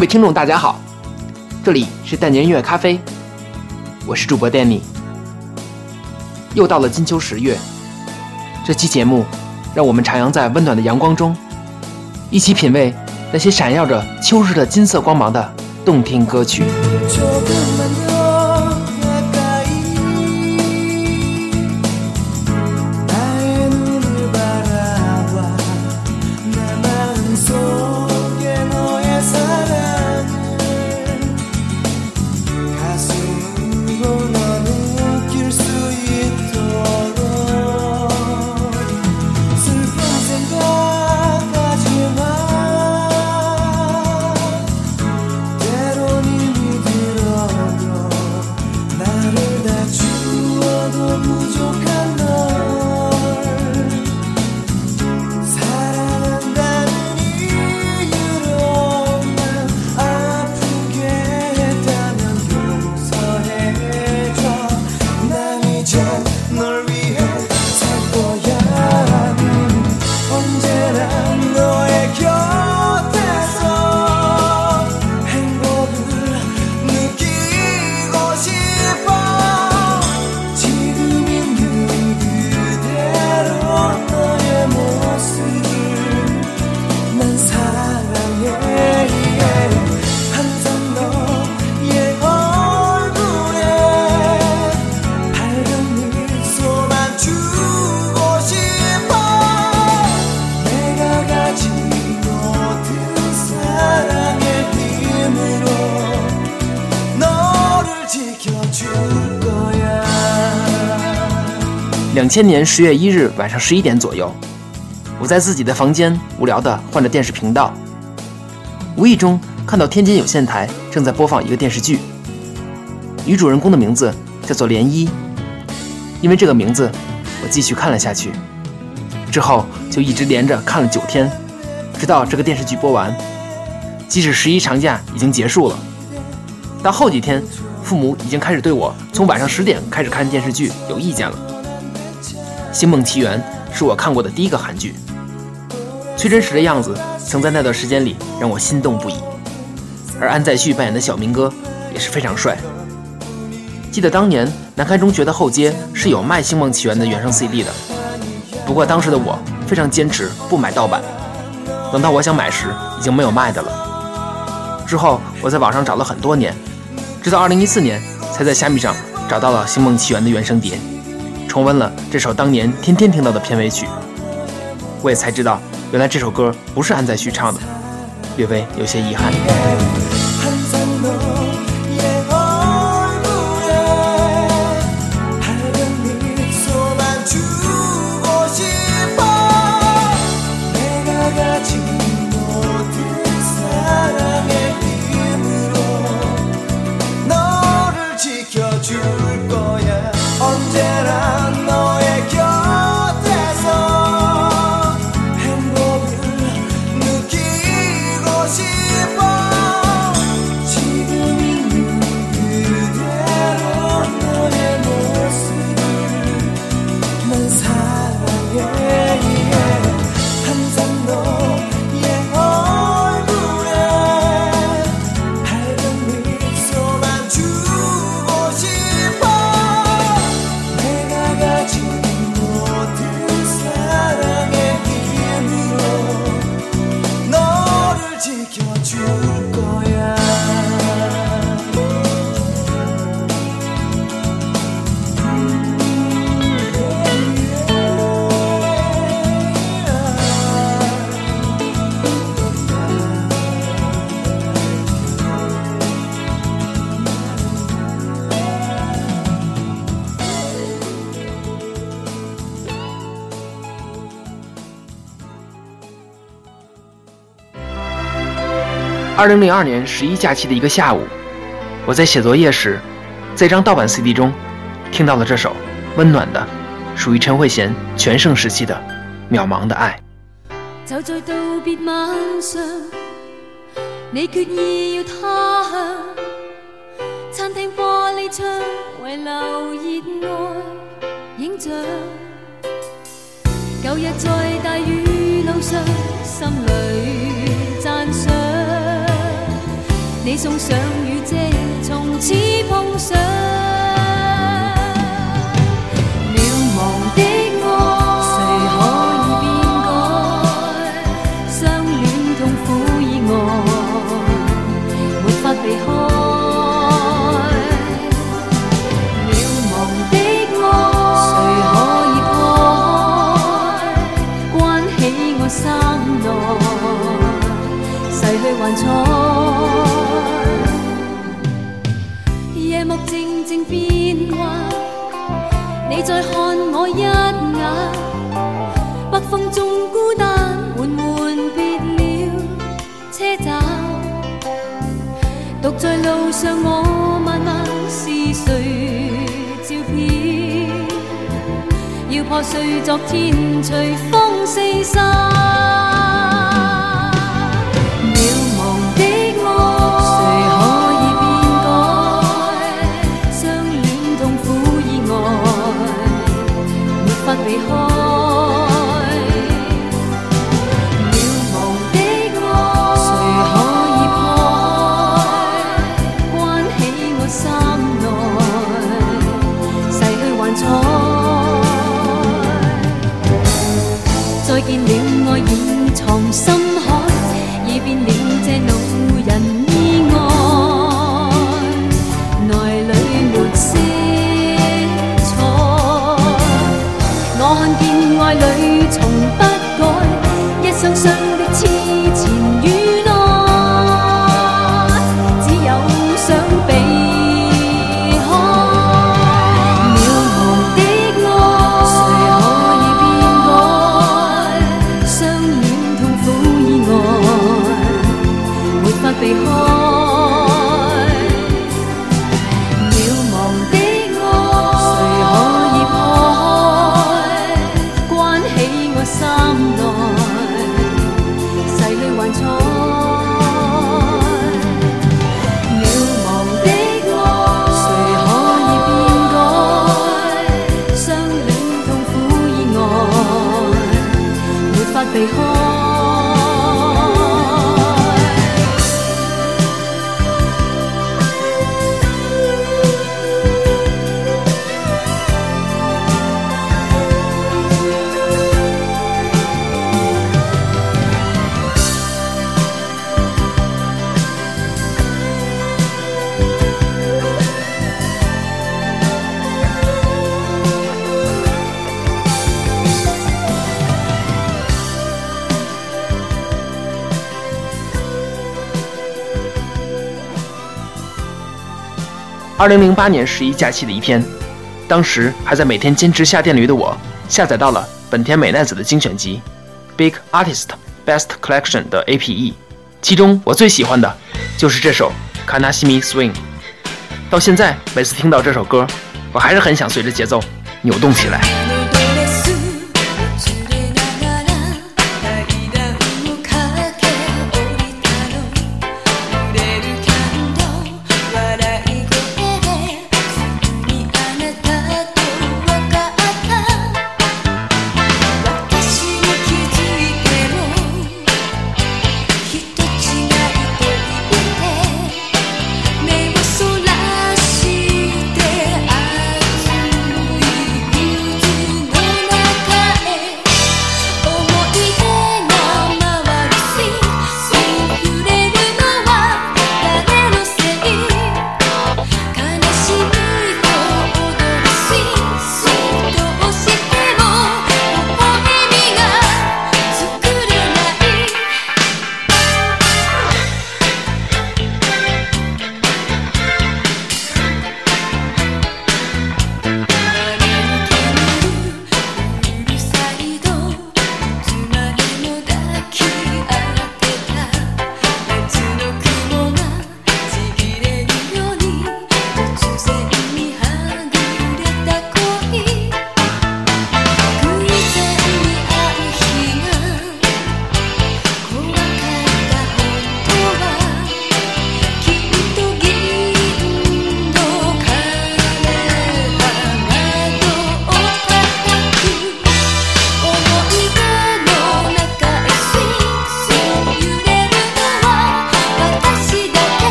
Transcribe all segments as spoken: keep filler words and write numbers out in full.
位听众大家好，这里是淡年音乐咖啡，我是主播 Danny。 又到了金秋十月，这期节目让我们徜徉在温暖的阳光中，一起品味那些闪耀着秋日的金色光芒的动听歌曲。两千年十月一日晚上十一点左右，我在自己的房间无聊地换着电视频道，无意中看到天津有线台正在播放一个电视剧，女主人公的名字叫做涟漪。因为这个名字，我继续看了下去，之后就一直连着看了九天，直到这个电视剧播完。即使十一长假已经结束了，到后几天，父母已经开始对我从晚上十点开始看电视剧有意见了。《星梦奇缘》是我看过的第一个韩剧，崔真实的样子曾在那段时间里让我心动不已，而安在旭扮演的小明哥也是非常帅。记得当年南开中学的后街是有卖《星梦奇缘》的原声 C D 的，不过当时的我非常坚持不买盗版，等到我想买时已经没有卖的了。之后我在网上找了很多年，直到二零一四年才在虾米上找到了《星梦奇缘》的原声碟，重温了这首当年天天听到的片尾曲，我也才知道原来这首歌不是安在旭唱的，略微有些遗憾。二零零二年十一假期的一个下午，我在写作业时，在一张盗版 C D 中听到了这首温暖的属于陈慧娴全盛时期的渺茫的爱。 就在道別晚上，你決意要他鄉，餐廳玻璃窗遺留熱愛影像，舊日在大雨路上，心裏讚賞， 你送上雨遮，從此碰上。渺茫的愛，誰可以變改？相戀痛苦以外，沒法避開。心內逝去還在，夜幕靜靜變幻，你再看我一眼，北風中孤單緩緩別了車站，獨在路上我慢慢思緒照片，要破碎昨天隨風四散。避開渺茫的愛，誰可以破開？關起我心內，逝去還在。再見了愛已藏深海，已變了這路人意外，內裏沒色彩。我看見愛侶從不改，一雙雙的痴纏與愛，只有想避開。渺茫的愛，誰可以變改？相戀痛苦以外，沒法避開。避開。 二零零八年十一假期的一天，当时还在每天坚持下电驴的我，下载到了本田美奈子的精选集 Big Artist Best Collection 的 A P E， 其中我最喜欢的就是这首 Kanashimi Swing。 到现在每次听到这首歌，我还是很想随着节奏扭动起来。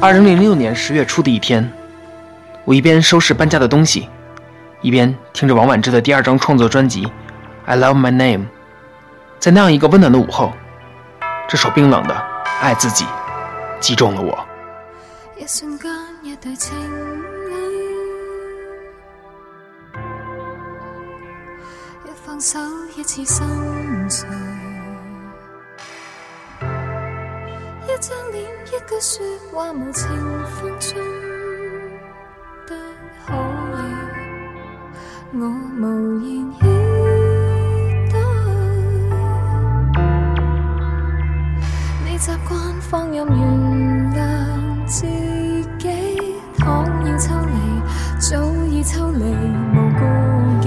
二零零六年十月初的一天，我一边收拾搬家的东西，一边听着王菀之的第二张创作专辑《I Love My Name》。在那样一个温暖的午后，这首冰冷的《爱自己》击中了我。 一瞬間，一對情侶，一放手，一次心碎，一張臉，一句說話，無情放縱得好了，我無言以對。你習慣放任原諒自己，倘要抽離，早已抽離，無顧忌。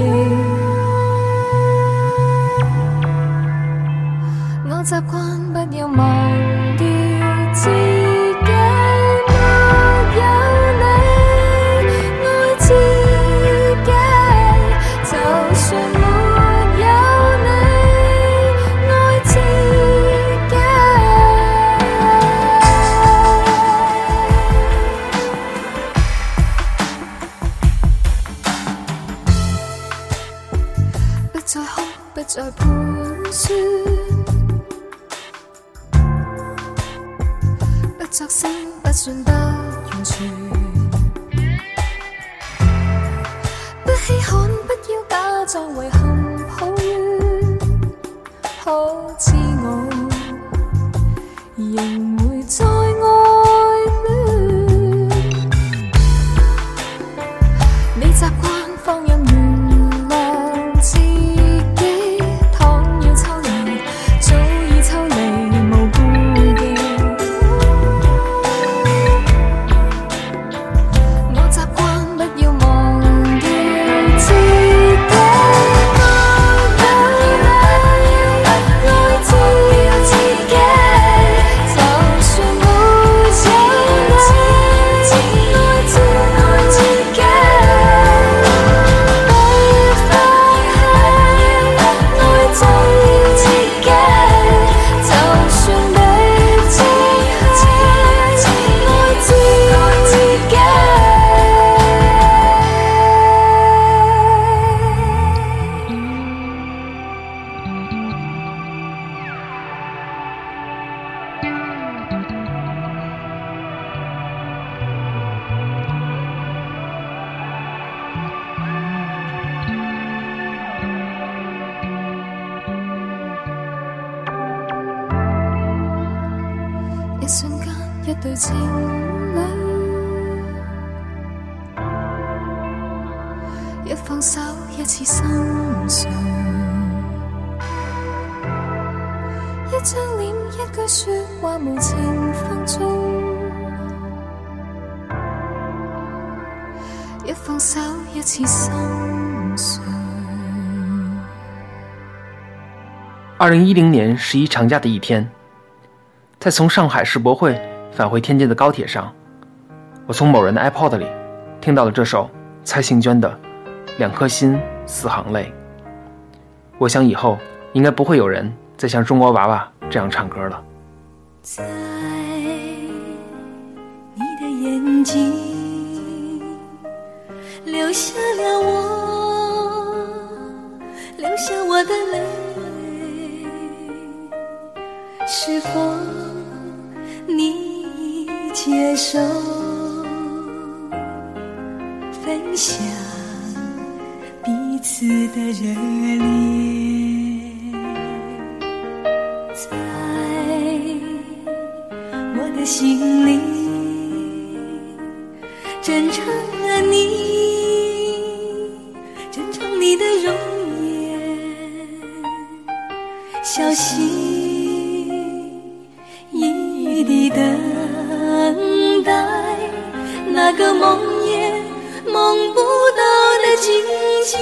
我習慣不要忘掉自己，沒有你愛自己，就算沒有你愛自己。不再哭，不再盤算，作聲不算得完全，不稀罕，不要假裝遺憾抱怨，好似我仍會再愛戀。你習慣放任原諒自己，倘要抽離，早已抽離，無顧忌。一瞬間，一對情侶，一放手，一次心碎，一張臉，一句說話，無情放縱，一放手，一次心碎。 二零一零年十一长假的一天，在从上海世博会返回天津的高铁上，我从某人的 iPod 里听到了这首蔡幸娟的《两颗心四行泪》。我想以后应该不会有人再像中国娃娃这样唱歌了。 在你的眼睛留下了我，留下我的泪，是否你接受分享彼此的热烈？在我的心里珍藏了你，珍藏你的容颜，小心翼翼地等待那个梦魇梦不到的境界，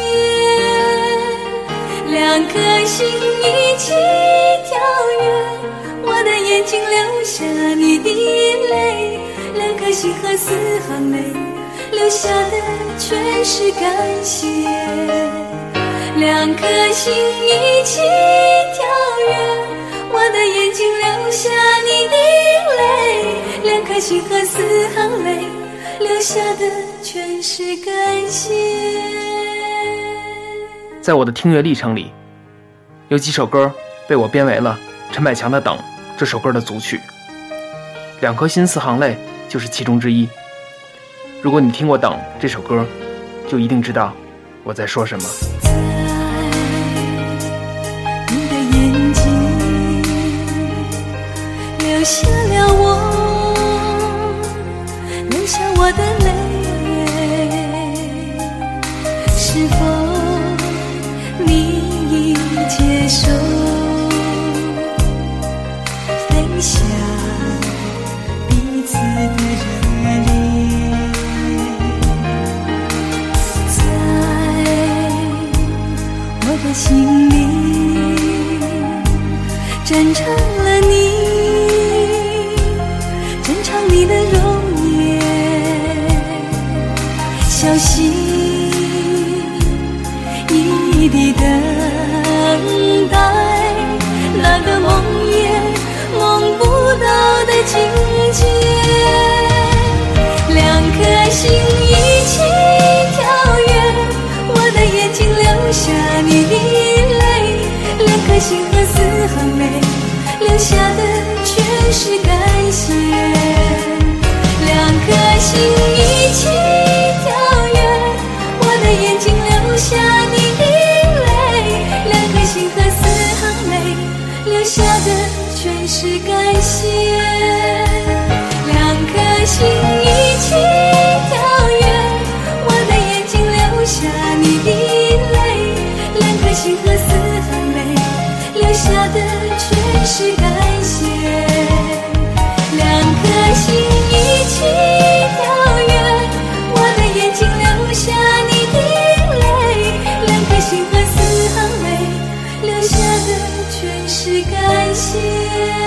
两颗心一起跳跃，我的眼睛流下你的泪，两颗心和四行泪，留下的全是感谢，两颗心一起跳跃，我的眼睛流下你的泪，两颗心和四行泪，留下的全是感谢。 在我的听乐历程里，有几首歌被我编为了陈百强的《等》这首歌的组曲，两颗心四行泪就是其中之一。如果你听过《等》这首歌，就一定知道我在说什么。 在你的眼睛留下了我，留下我的泪，是否你已接受分享彼此的热烈？我的心里珍藏了你，珍藏你的容颜，小心翼翼地等待那个梦也梦不到的境界。两颗心一起跳跃，我的眼睛流下你的泪，两颗心和四行泪，留下的全是感谢。两颗心一起跳跃，我的眼睛流下你的泪，两颗心和四行泪，留下的全是感谢。两颗心一起跳跃，我的眼睛流下你的泪，两颗心和四行泪，留下的全是感谢。两颗心一起跳跃，我的眼睛流下你的泪，两颗心和四行泪，留下的全是感谢。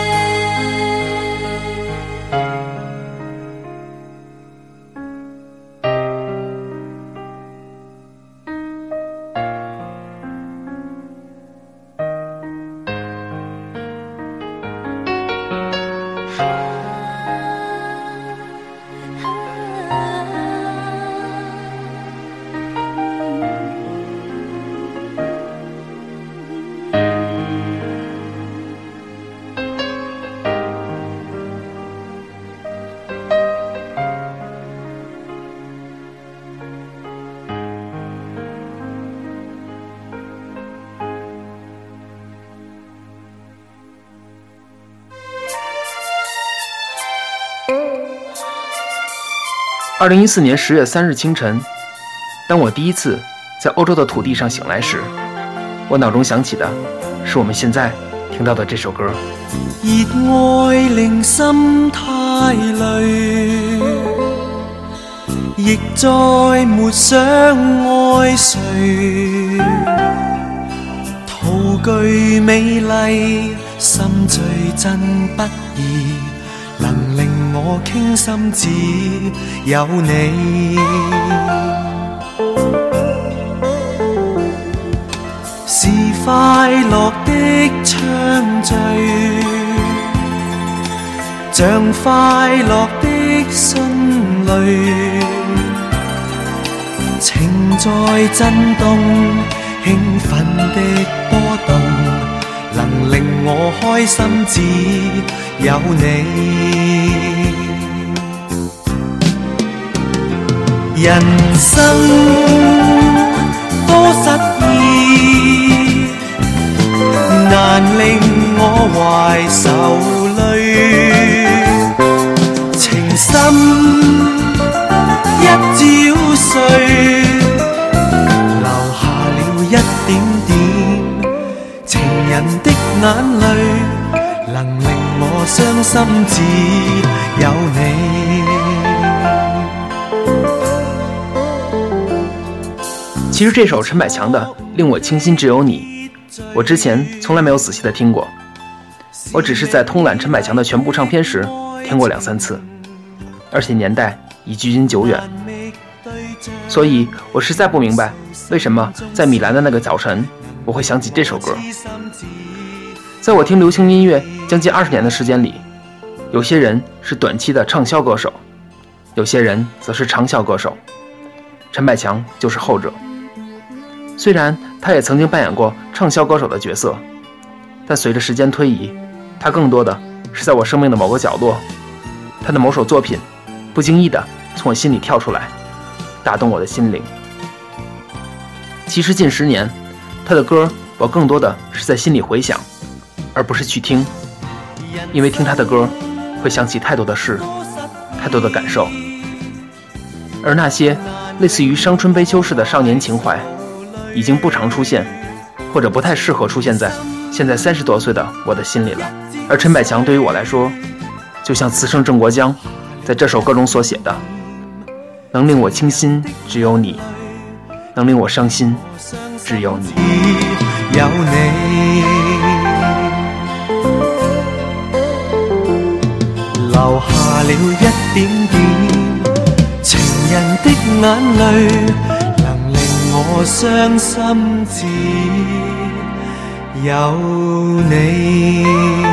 二零一四年十月三日清晨，当我第一次在欧洲的土地上醒来时，我脑中想起的是我们现在听到的这首歌。 熱愛令心太累，亦再沒想愛誰，圖具美麗，心醉真不易，能令我傾心只有你。是快樂的暢聚，像快樂的迅雷，情在震動，興奮的波動，能令我開心只有你。人生多失意，難令我懷愁淚，情深一朝碎，留下了一點點情人的眼淚，能令我傷心只有你。 其实这首陈百强的《令我倾心只有你》，我之前从来没有仔细的听过，我只是在通览陈百强的全部唱片时听过两三次，而且年代已距今久远，所以我实在不明白为什么在米兰的那个早晨我会想起这首歌。 在我听流行音乐将近二十年的时间里，有些人是短期的畅销歌手，有些人则是长销歌手。陈百强就是后者。虽然他也曾经扮演过畅销歌手的角色，但随着时间推移，他更多的是在我生命的某个角落，他的某首作品不经意的从我心里跳出来，打动我的心灵。其实近十年，他的歌我更多的是在心里回想，而不是去听，因为听他的歌会想起太多的事，太多的感受。而那些类似于伤春悲秋式的少年情怀，已经不常出现，或者不太适合出现在现在三十多岁的我的心里了。而陈百强对于我来说，就像词圣郑国江在这首歌中所写的，能令我倾心只有你，能令我伤心只有你， 有你留下了一點點情人的眼淚，能令我傷心只有你。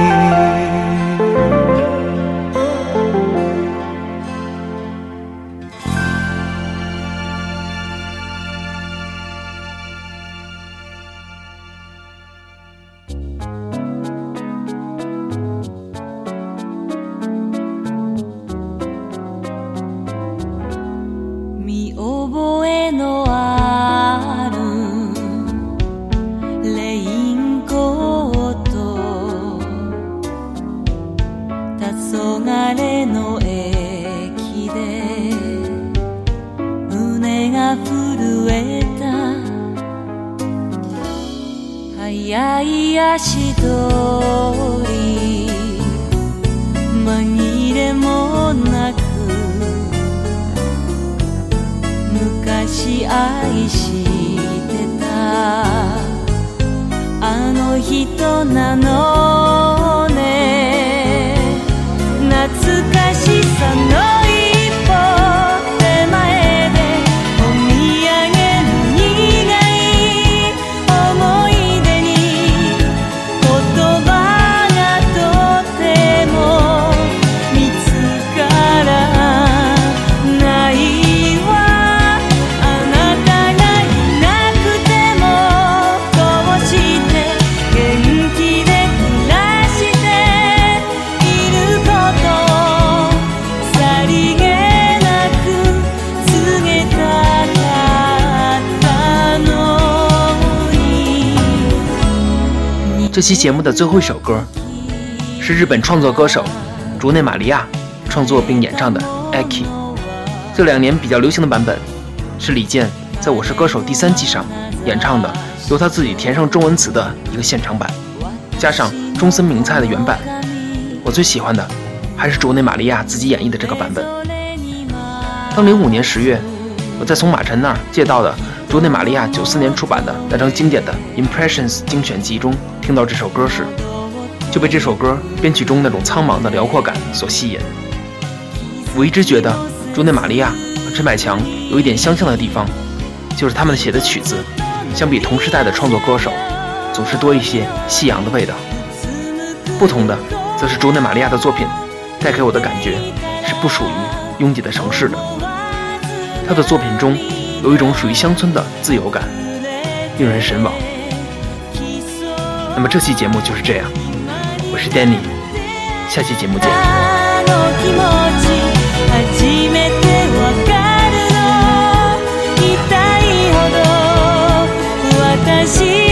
見覚えのあるレインコート、黄昏の駅で胸が震えた、速い足取り紛れもなく昔愛してたあの人なのね、懐かしさの一歩手前でお土産の苦い思い出に言葉がとても見つからないわ。 这期节目的最后一首歌是日本创作歌手竹内玛利亚创作并演唱的 Aki。 这两年比较流行的版本是李健在我是歌手第三季上演唱的，由他自己填上中文词的一个现场版，加上中森明菜的原版。我最喜欢的还是竹内玛利亚自己演绎的这个版本。当零五年十月我在从马晨那儿借到的竹内玛利亚九四年出版的那张经典的 Impressions 精选集中听到这首歌时，就被这首歌编曲中那种苍茫的辽阔感所吸引。我一直觉得竹内玛利亚和陈百强有一点相像的地方，就是他们写的曲子相比同时代的创作歌手总是多一些西洋的味道。不同的则是竹内玛利亚的作品带给我的感觉是不属于拥挤的城市的，他的作品中有一种属于乡村的自由感，令人神往。那么这期节目就是这样，我是 Danny， 下期节目见。